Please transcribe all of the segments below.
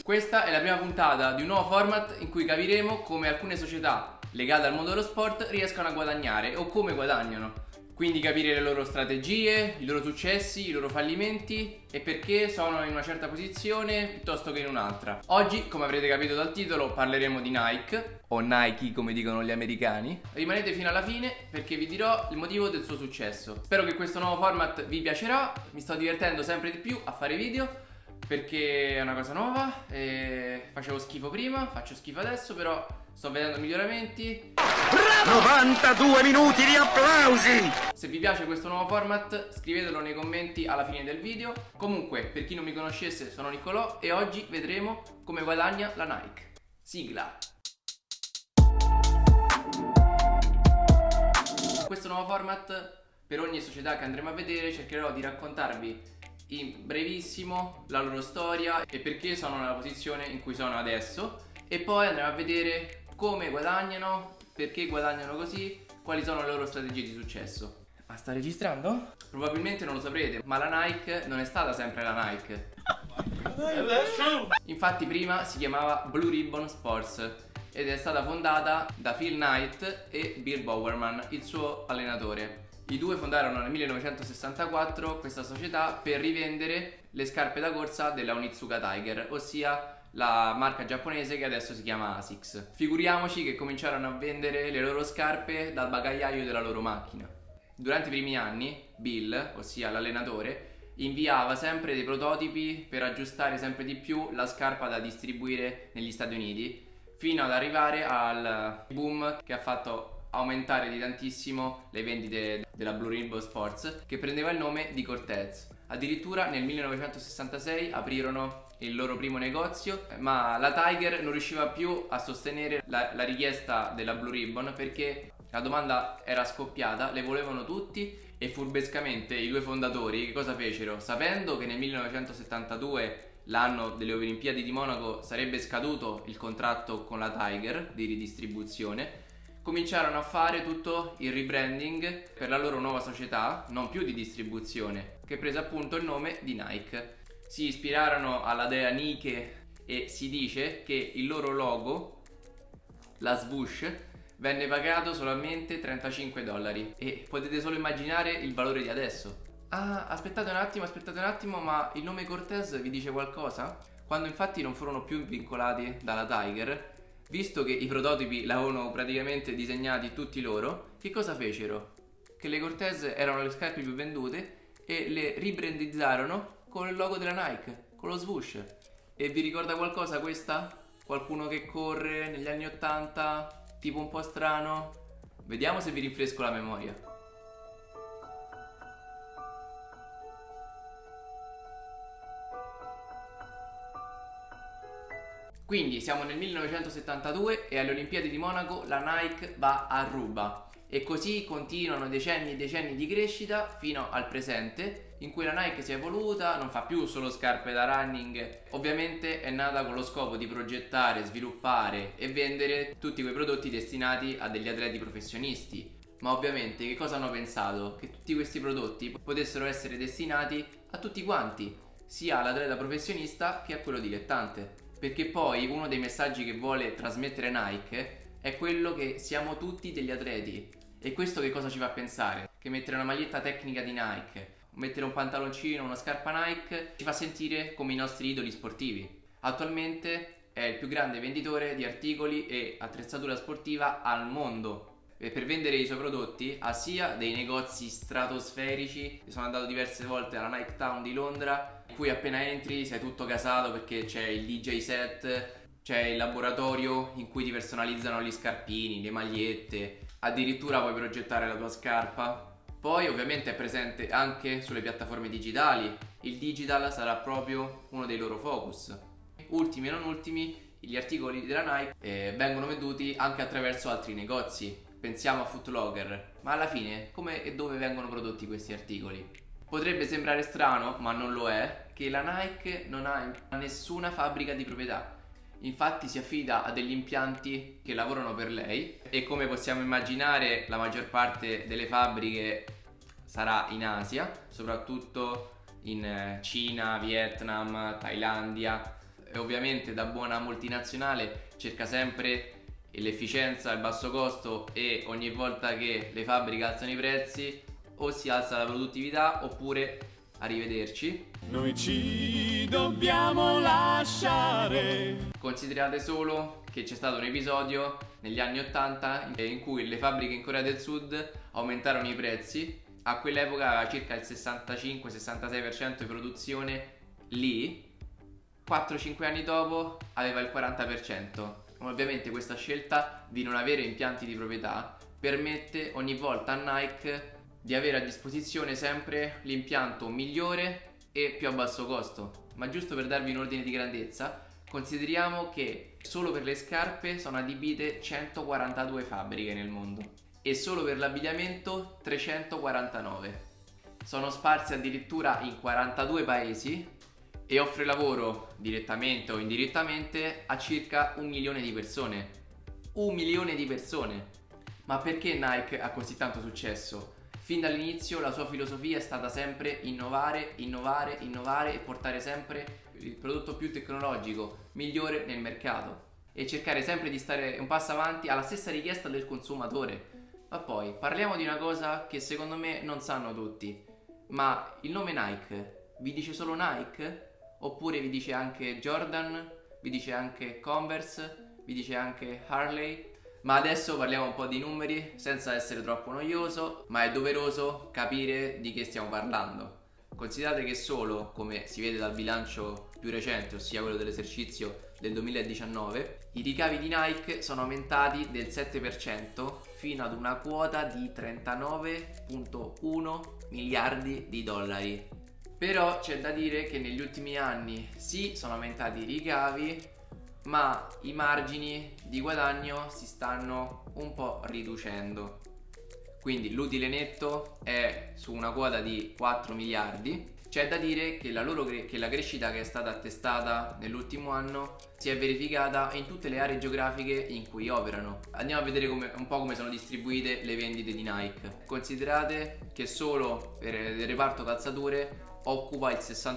Questa è la prima puntata di un nuovo format in cui capiremo come alcune società legate al mondo dello sport riescono a guadagnare o come guadagnano. Quindi capire le loro strategie, i loro successi, i loro fallimenti e perché sono in una certa posizione piuttosto che in un'altra. Oggi, come avrete capito dal titolo, parleremo di Nike, o Nike come dicono gli americani. Rimanete fino alla fine perché vi dirò il motivo del suo successo. Spero che questo nuovo format vi piacerà, mi sto divertendo sempre di più a fare video perché è una cosa nuova e facevo schifo prima, faccio schifo adesso, però sto vedendo miglioramenti. 92 minuti di applausi! Se vi piace questo nuovo format scrivetelo nei commenti alla fine del video. Comunque, per chi non mi conoscesse, sono Niccolò e oggi vedremo come guadagna la Nike. Sigla! Questo nuovo format, per ogni società che andremo a vedere, cercherò di raccontarvi in brevissimo la loro storia e perché sono nella posizione in cui sono adesso, e poi andremo a vedere come guadagnano, perché guadagnano così, quali sono le loro strategie di successo. Ma sta registrando? Probabilmente non lo saprete, ma la Nike non è stata sempre la Nike. Infatti prima si chiamava Blue Ribbon Sports ed è stata fondata da Phil Knight e Bill Bowerman, il suo allenatore. I due fondarono nel 1964 questa società per rivendere le scarpe da corsa della Onitsuka Tiger, ossia la marca giapponese che adesso si chiama Asics. Figuriamoci che cominciarono a vendere le loro scarpe dal bagagliaio della loro macchina. Durante i primi anni Bill, ossia l'allenatore, inviava sempre dei prototipi per aggiustare sempre di più la scarpa da distribuire negli Stati Uniti, fino ad arrivare al boom che ha fatto aumentare di tantissimo le vendite della Blue Ribbon Sports, che prendeva il nome di Cortez. Addirittura nel 1966 aprirono il loro primo negozio, ma la Tiger non riusciva più a sostenere la richiesta della Blue Ribbon perché la domanda era scoppiata, le volevano tutti e furbescamente i due fondatori che cosa fecero? Sapendo che nel 1972, l'anno delle Olimpiadi di Monaco, sarebbe scaduto il contratto con la Tiger di ridistribuzione, cominciarono a fare tutto il rebranding per la loro nuova società, non più di distribuzione, che prese appunto il nome di Nike. Si ispirarono alla dea Nike e si dice che il loro logo, la swoosh, venne pagato solamente $35 e potete solo immaginare il valore di adesso. Ah, aspettate un attimo, ma il nome Cortez vi dice qualcosa? Quando infatti non furono più vincolati dalla Tiger, visto che i prototipi l'avevano praticamente disegnati tutti loro, che cosa fecero? Che le Cortez erano le scarpe più vendute e le ribrandizzarono con il logo della Nike, con lo swoosh. E vi ricorda qualcosa questa? Qualcuno che corre negli anni 80, tipo un po' strano? Vediamo se vi rinfresco la memoria. Quindi siamo nel 1972 e alle Olimpiadi di Monaco la Nike va a ruba e così continuano decenni e decenni di crescita fino al presente, in cui la Nike si è evoluta, non fa più solo scarpe da running. Ovviamente è nata con lo scopo di progettare, sviluppare e vendere tutti quei prodotti destinati a degli atleti professionisti. Ma ovviamente che cosa hanno pensato? Che tutti questi prodotti potessero essere destinati a tutti quanti, sia all'atleta professionista che a quello dilettante. Perché poi uno dei messaggi che vuole trasmettere Nike è quello che siamo tutti degli atleti. E questo che cosa ci fa pensare? Che mettere una maglietta tecnica di Nike, mettere un pantaloncino, una scarpa Nike ci fa sentire come i nostri idoli sportivi. Attualmente è il più grande venditore di articoli e attrezzatura sportiva al mondo. E per vendere i suoi prodotti ha sia dei negozi stratosferici, sono andato diverse volte alla Nike Town di Londra, in cui appena entri sei tutto gasato perché c'è il DJ set, c'è il laboratorio in cui ti personalizzano gli scarpini, le magliette, addirittura puoi progettare la tua scarpa. Poi ovviamente è presente anche sulle piattaforme digitali, il digital sarà proprio uno dei loro focus. Ultimi e non ultimi, gli articoli della Nike vengono venduti anche attraverso altri negozi. Pensiamo a Foot Locker, ma alla fine come e dove vengono prodotti questi articoli? Potrebbe sembrare strano, ma non lo è, che la Nike non ha nessuna fabbrica di proprietà. Infatti si affida a degli impianti che lavorano per lei e come possiamo immaginare la maggior parte delle fabbriche sarà in Asia, soprattutto in Cina, Vietnam, Thailandia. ovviamente da buona multinazionale cerca sempre l'efficienza, il basso costo, e ogni volta che le fabbriche alzano i prezzi o si alza la produttività oppure arrivederci. Noi ci dobbiamo lasciare. Considerate solo che c'è stato un episodio negli anni 80 in cui le fabbriche in Corea del Sud aumentarono i prezzi. A quell'epoca aveva circa il 65-66% di produzione lì, 4-5 anni dopo aveva il 40%. Ovviamente questa scelta di non avere impianti di proprietà permette ogni volta a Nike di avere a disposizione sempre l'impianto migliore e più a basso costo. Ma giusto per darvi un ordine di grandezza, consideriamo che solo per le scarpe sono adibite 142 fabbriche nel mondo e solo per l'abbigliamento 349. Sono sparsi addirittura in 42 paesi e offre lavoro direttamente o indirettamente a circa 1 milione di persone. 1 milione di persone! Ma perché Nike ha così tanto successo? Fin dall'inizio la sua filosofia è stata sempre innovare e portare sempre il prodotto più tecnologico, migliore nel mercato, e cercare sempre di stare un passo avanti alla stessa richiesta del consumatore. Ma poi parliamo di una cosa che secondo me non sanno tutti, ma il nome Nike vi dice solo Nike? Oppure vi dice anche Jordan, vi dice anche Converse, vi dice anche Harley? Ma adesso parliamo un po' di numeri senza essere troppo noioso, ma è doveroso capire di che stiamo parlando. Considerate che solo, come si vede dal bilancio più recente, ossia quello dell'esercizio del 2019, i ricavi di Nike sono aumentati del 7% fino ad una quota di 39,1 miliardi di dollari. Però c'è da dire che negli ultimi anni sì, sono aumentati i ricavi, ma i margini di guadagno si stanno un po' riducendo. Quindi l'utile netto è su una quota di 4 miliardi. C'è da dire che la crescita che è stata attestata nell'ultimo anno si è verificata in tutte le aree geografiche in cui operano. Andiamo a vedere un po' come sono distribuite le vendite di Nike. Considerate che solo per il reparto calzature occupa il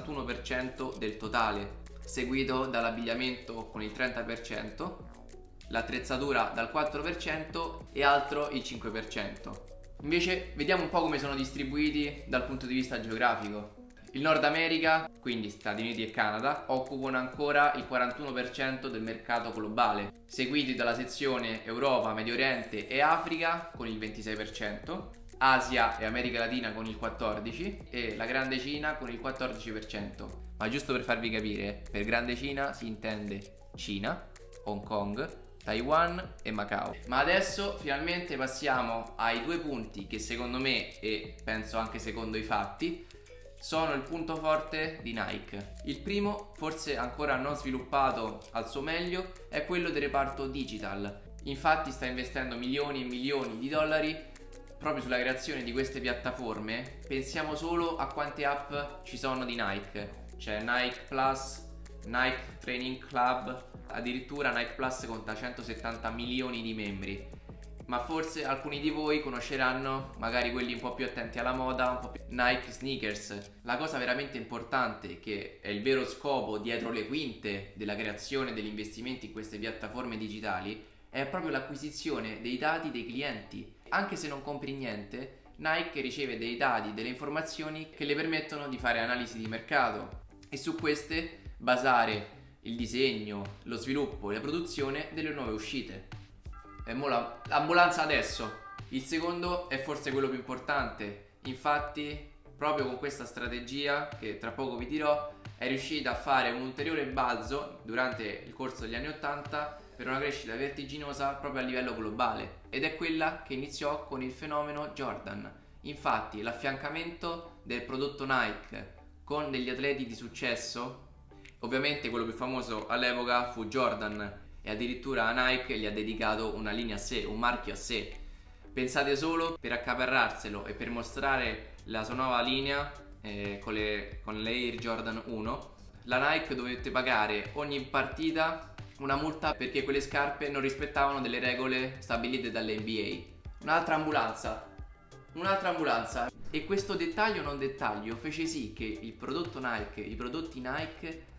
61% del totale, seguito dall'abbigliamento con il 30%, l'attrezzatura dal 4% e altro il 5%. Invece vediamo un po' come sono distribuiti dal punto di vista geografico. Il Nord America, quindi Stati Uniti e Canada, occupano ancora il 41% del mercato globale, seguiti dalla sezione Europa, Medio Oriente e Africa con il 26%, Asia e America Latina con il 14% e la Grande Cina con il 14%. Ma giusto per farvi capire, per Grande Cina si intende Cina, Hong Kong, Taiwan e Macao. Ma adesso finalmente passiamo ai due punti che secondo me, e penso anche secondo i fatti, sono il punto forte di Nike. Il primo, forse ancora non sviluppato al suo meglio, è quello del reparto digital. Infatti sta investendo milioni e milioni di dollari proprio sulla creazione di queste piattaforme. Pensiamo solo a quante app ci sono di Nike. C'è Nike Plus, Nike Training Club, addirittura Nike Plus conta 170 milioni di membri. Ma forse alcuni di voi conosceranno, magari quelli un po' più attenti alla moda, un po' più Nike Sneakers. La cosa veramente importante, che è il vero scopo dietro le quinte della creazione degli investimenti in queste piattaforme digitali, è proprio l'acquisizione dei dati dei clienti. Anche se non compri niente, Nike riceve dei dati, delle informazioni che le permettono di fare analisi di mercato e su queste basare il disegno, lo sviluppo e la produzione delle nuove uscite. E mo l'ambulanza adesso. Il secondo è forse quello più importante. Infatti, proprio con questa strategia, che tra poco vi dirò, è riuscita a fare un ulteriore balzo durante il corso degli anni 80 per una crescita vertiginosa proprio a livello globale, ed è quella che iniziò con il fenomeno Jordan. Infatti l'affiancamento del prodotto Nike con degli atleti di successo, ovviamente quello più famoso all'epoca fu Jordan, e addirittura Nike gli ha dedicato una linea a sé, un marchio a sé. Pensate solo, per accaparrarselo e per mostrare la sua nuova linea con le Air Jordan 1, la Nike dovette pagare ogni partita una multa perché quelle scarpe non rispettavano delle regole stabilite dall'NBA. Un'altra ambulanza. E questo dettaglio non dettaglio fece sì che il prodotto Nike, i prodotti Nike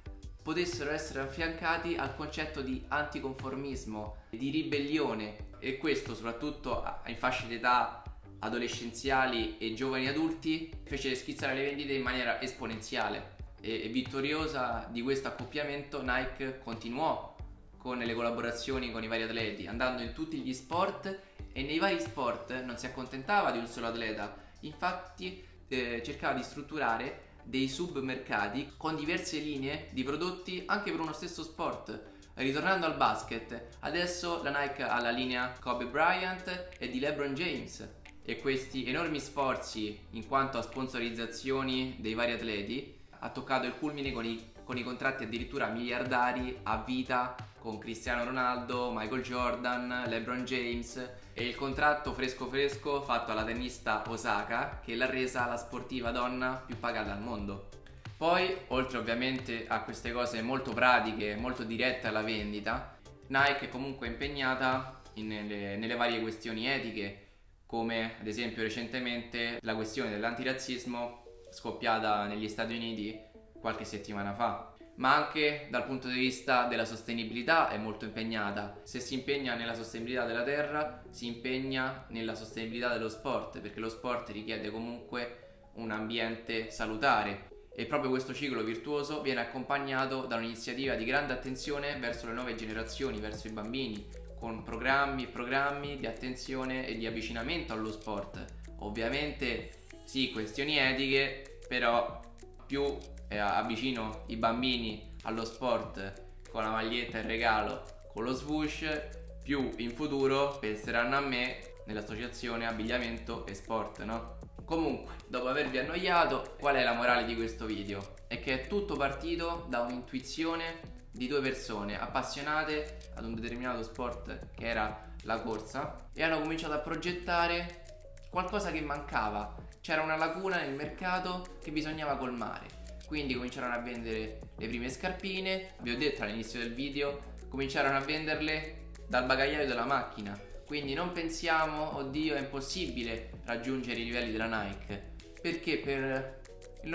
potessero essere affiancati al concetto di anticonformismo, di ribellione, e questo soprattutto in fasce d'età adolescenziali e giovani adulti fece schizzare le vendite in maniera esponenziale. E vittoriosa di questo accoppiamento, Nike continuò con le collaborazioni con i vari atleti, andando in tutti gli sport, e nei vari sport non si accontentava di un solo atleta, infatti cercava di strutturare dei submercati con diverse linee di prodotti anche per uno stesso sport. Ritornando al basket, adesso la Nike ha la linea Kobe Bryant e di LeBron James, e questi enormi sforzi in quanto a sponsorizzazioni dei vari atleti ha toccato il culmine con i contratti addirittura miliardari a vita con Cristiano Ronaldo, Michael Jordan, LeBron James, e il contratto fresco fresco fatto alla tennista Osaka, che l'ha resa la sportiva donna più pagata al mondo. Poi, oltre ovviamente a queste cose molto pratiche, molto dirette alla vendita, Nike è comunque impegnata nelle varie questioni etiche, come ad esempio recentemente la questione dell'antirazzismo scoppiata negli Stati Uniti qualche settimana fa. Ma anche dal punto di vista della sostenibilità è molto impegnata. Se si impegna nella sostenibilità della terra, si impegna nella sostenibilità dello sport, perché lo sport richiede comunque un ambiente salutare, e proprio questo ciclo virtuoso viene accompagnato da un'iniziativa di grande attenzione verso le nuove generazioni, verso i bambini, con programmi di attenzione e di avvicinamento allo sport. Ovviamente sì, questioni etiche, però più avvicino i bambini allo sport con la maglietta in regalo, con lo swoosh, più in futuro penseranno a me nell'associazione abbigliamento e sport, no? Comunque, dopo avervi annoiato, qual è la morale di questo video? È che è tutto partito da un'intuizione di due persone appassionate ad un determinato sport che era la corsa, e hanno cominciato a progettare qualcosa che mancava. C'era una lacuna nel mercato che bisognava colmare. Quindi cominciarono a vendere le prime scarpine, vi ho detto all'inizio del video, cominciarono a venderle dal bagagliaio della macchina. Quindi non pensiamo, oddio è impossibile raggiungere i livelli della Nike, perché per il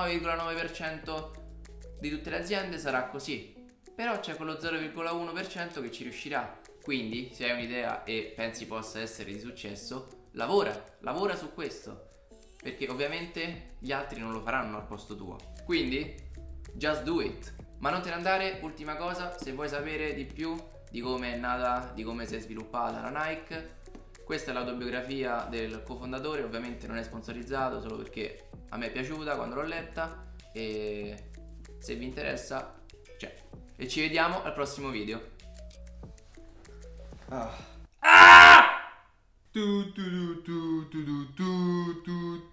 99,9% di tutte le aziende sarà così, però c'è quello 0,1% che ci riuscirà. Quindi se hai un'idea e pensi possa essere di successo, lavora su questo, perché ovviamente gli altri non lo faranno al posto tuo. Quindi just do it. Ma non te ne andare, ultima cosa, se vuoi sapere di più di come è nata, di come si è sviluppata la Nike, questa è l'autobiografia del cofondatore. Ovviamente non è sponsorizzato, solo perché a me è piaciuta quando l'ho letta, e se vi interessa c'è. E ci vediamo al prossimo video. Tu tu tu tu tu tu tu tu